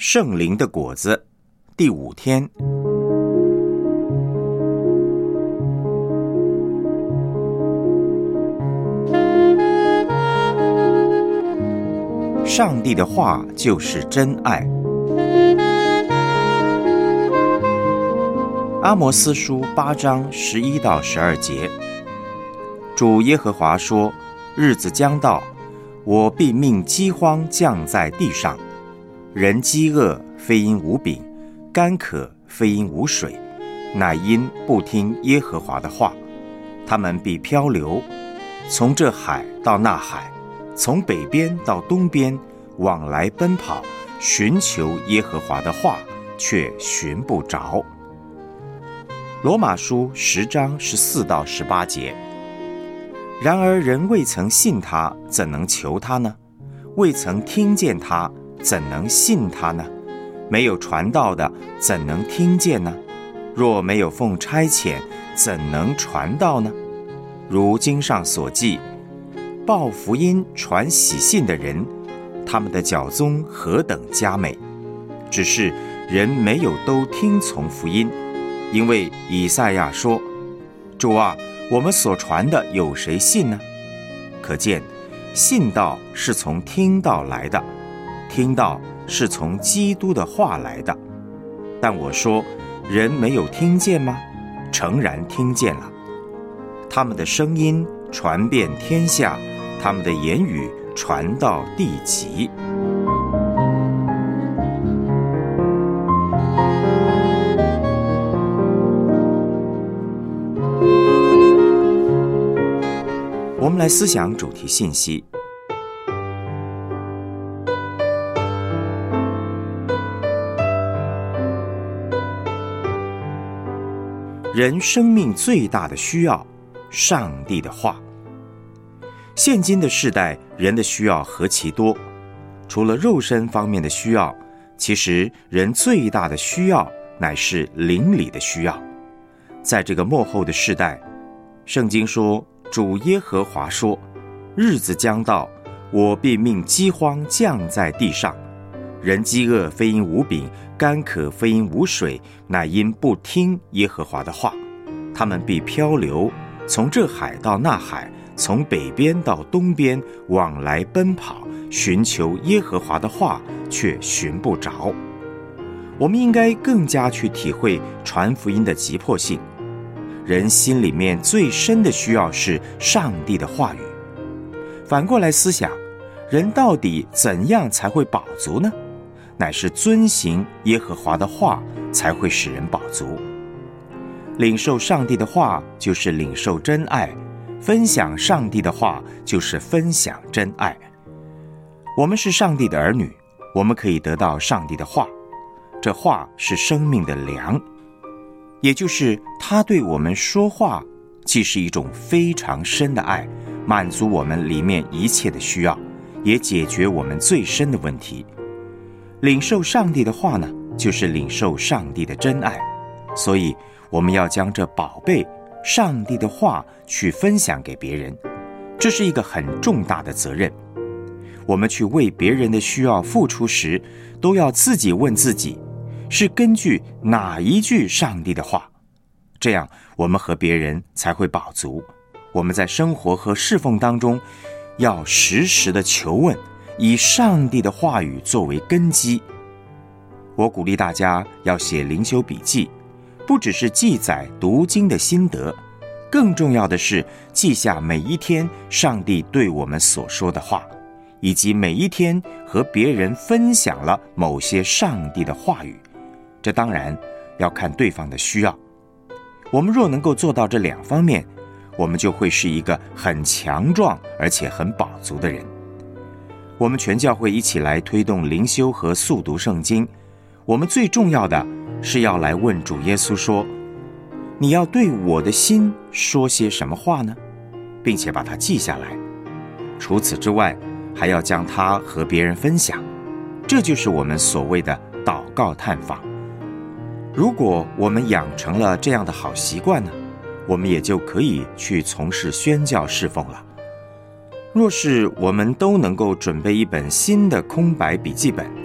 圣灵的果子第5天。上帝的话就是真爱。阿摩斯书8章11到12节，主耶和华说：日子将到，我必命饥荒降在地上，人饥饿非因无饼，干渴非因无水，乃因不听耶和华的话。他们必漂流，从这海到那海，从北边到东边，往来奔跑，寻求耶和华的话，却寻不着。罗马书10章14到18节，然而人未曾信他，怎能求他呢？未曾听见他，怎能信他呢？没有传道的，怎能听见呢？若没有奉差遣，怎能传道呢？如经上所记，报福音传喜信的人，他们的脚踪何等佳美！只是人没有都听从福音，因为以赛亚说：主啊，我们所传的有谁信呢？可见信道是从听道来的，听道是从基督的话来的。但我说，人没有听见吗？诚然听见了。他们的声音传遍天下，他们的言语传到地极。我们来思想主题信息。人生命最大的需要，上帝的话。现今的世代，人的需要何其多！除了肉身方面的需要，其实人最大的需要乃是灵里的需要。在这个末后的世代，圣经说，主耶和华说：日子将到，我必命饥荒降在地上，人饥饿非因无饼，干渴非因无水，乃因不听耶和华的话。他们必漂流，从这海到那海，从北边到东边，往来奔跑，寻求耶和华的话，却寻不着。我们应该更加去体会传福音的急迫性。人心里面最深的需要是上帝的话语。反过来思想，人到底怎样才会饱足呢？乃是遵行耶和华的话，才会使人饱足。领受上帝的话，就是领受真爱；分享上帝的话，就是分享真爱。我们是上帝的儿女，我们可以得到上帝的话，这话是生命的粮，也就是他对我们说话，既是一种非常深的爱，满足我们里面一切的需要，也解决我们最深的问题。领受上帝的话呢，就是领受上帝的真爱。所以我们要将这宝贝上帝的话去分享给别人，这是一个很重大的责任。我们去为别人的需要付出时，都要自己问自己，是根据哪一句上帝的话？这样我们和别人才会饱足。我们在生活和侍奉当中，要时时的求问，以上帝的话语作为根基。我鼓励大家要写灵修笔记，不只是记载读经的心得，更重要的是记下每一天上帝对我们所说的话，以及每一天和别人分享了某些上帝的话语。这当然要看对方的需要。我们若能够做到这2方面，我们就会是一个很强壮而且很饱足的人。我们全教会一起来推动灵修和速读圣经，我们最重要的是要来问主耶稣说，你要对我的心说些什么话呢？并且把它记下来。除此之外，还要将它和别人分享。这就是我们所谓的祷告探访。如果我们养成了这样的好习惯呢，我们也就可以去从事宣教侍奉了。若是我们都能够准备一本新的空白笔记本，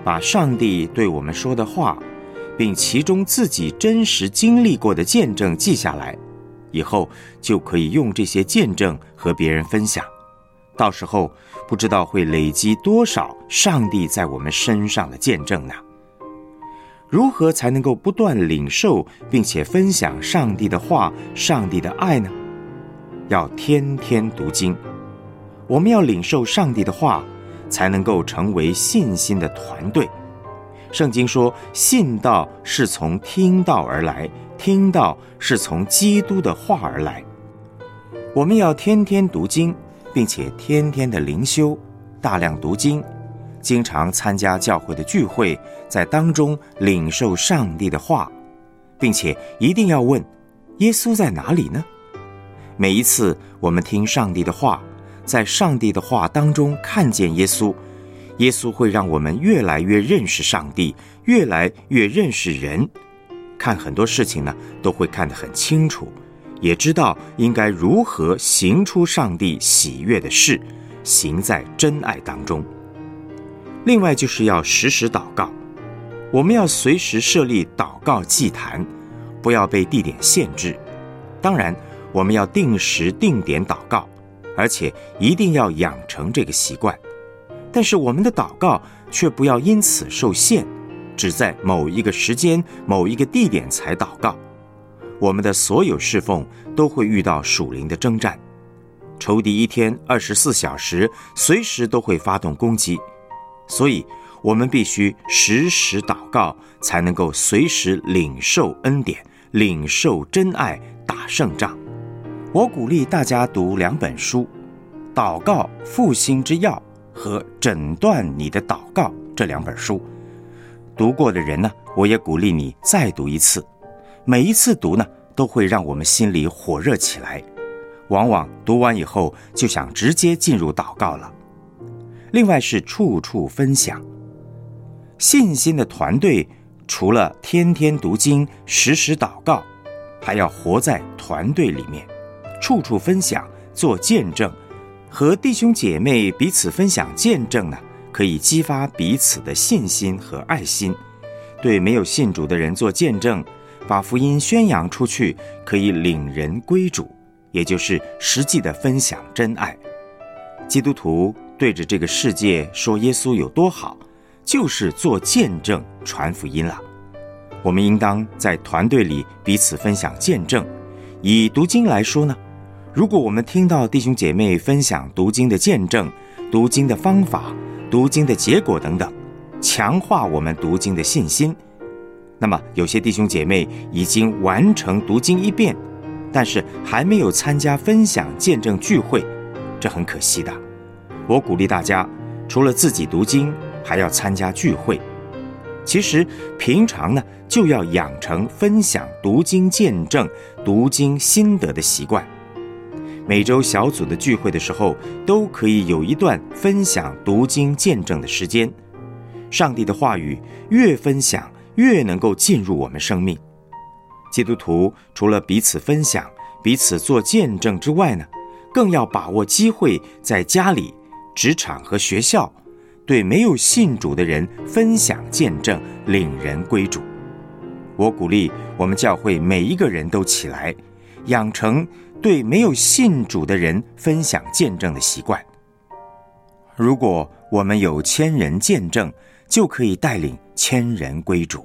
把上帝对我们说的话，并其中自己真实经历过的见证记下来，以后就可以用这些见证和别人分享。到时候不知道会累积多少上帝在我们身上的见证呢？如何才能够不断领受并且分享上帝的话、上帝的爱呢？要天天读经。我们要领受上帝的话，才能够成为信心的团队。圣经说，信道是从听道而来，听道是从基督的话而来。我们要天天读经，并且天天的灵修，大量读经，经常参加教会的聚会，在当中领受上帝的话，并且一定要问，耶稣在哪里呢？每一次我们听上帝的话，在上帝的话当中看见耶稣，耶稣会让我们越来越认识上帝，越来越认识人。看很多事情呢，都会看得很清楚，也知道应该如何行出上帝喜悦的事，行在真爱当中。另外就是要时时祷告，我们要随时设立祷告祭坛，不要被地点限制。当然我们要定时定点祷告，而且一定要养成这个习惯。但是我们的祷告却不要因此受限，只在某一个时间、某一个地点才祷告。我们的所有侍奉都会遇到属灵的征战，仇敌一天24小时随时都会发动攻击，所以我们必须时时祷告，才能够随时领受恩典，领受真爱，打胜仗。我鼓励大家读2本书，《祷告复兴之要》和《诊断你的祷告》这2本书。读过的人呢，我也鼓励你再读一次。每一次读呢，都会让我们心里火热起来，往往读完以后就想直接进入祷告了。另外是处处分享。信心的团队除了天天读经、时时祷告，还要活在团队里面，处处分享，做见证，和弟兄姐妹彼此分享见证呢，可以激发彼此的信心和爱心。对没有信主的人做见证，把福音宣扬出去，可以领人归主，也就是实际的分享真爱。基督徒对着这个世界说耶稣有多好，就是做见证传福音了。我们应当在团队里彼此分享见证。以读经来说呢，如果我们听到弟兄姐妹分享读经的见证、读经的方法、读经的结果等等，强化我们读经的信心，那么有些弟兄姐妹已经完成读经1遍，但是还没有参加分享见证聚会，这很可惜的。我鼓励大家，除了自己读经，还要参加聚会。其实平常呢，就要养成分享读经见证、读经心得的习惯。每周小组的聚会的时候，都可以有一段分享读经见证的时间。上帝的话语越分享，越能够进入我们生命。基督徒除了彼此分享、彼此做见证之外呢，更要把握机会，在家里、职场和学校，对没有信主的人分享见证，领人归主。我鼓励我们教会每一个人都起来，养成对没有信主的人分享见证的习惯。如果我们有1000人见证，就可以带领1000人归主。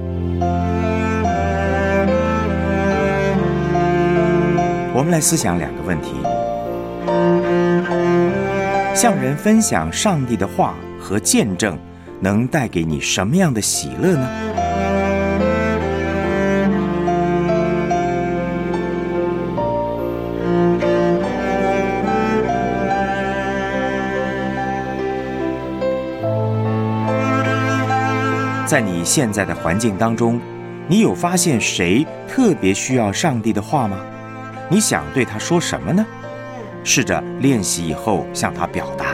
我们来思想2个问题：向人分享上帝的话和见证，能带给你什么样的喜乐呢？在你现在的环境当中，你有发现谁特别需要上帝的话吗？你想对他说什么呢？试着练习以后向他表达。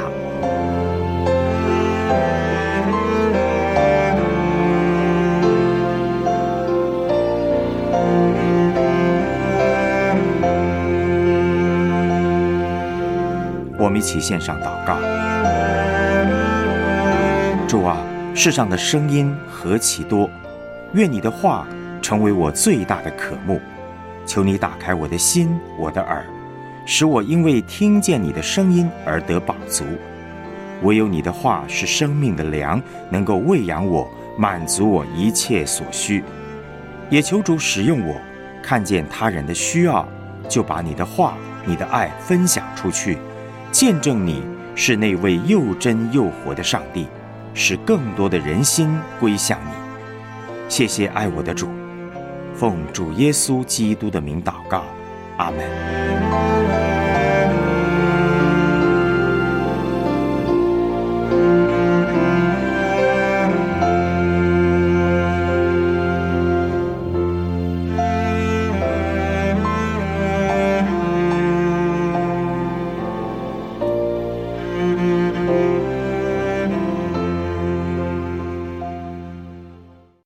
我们一起献上祷告。主啊， 世上的声音何其多，愿你的话成为我最大的渴慕。求你打开我的心，我的耳，使我因为听见你的声音而得饱足。唯有你的话是生命的粮，能够喂养我，满足我一切所需。也求主使用我，看见他人的需要，就把你的话、你的爱分享出去，见证你是那位又真又活的上帝，使更多的人心归向你。谢谢爱我的主，奉主耶稣基督的名祷告，阿们。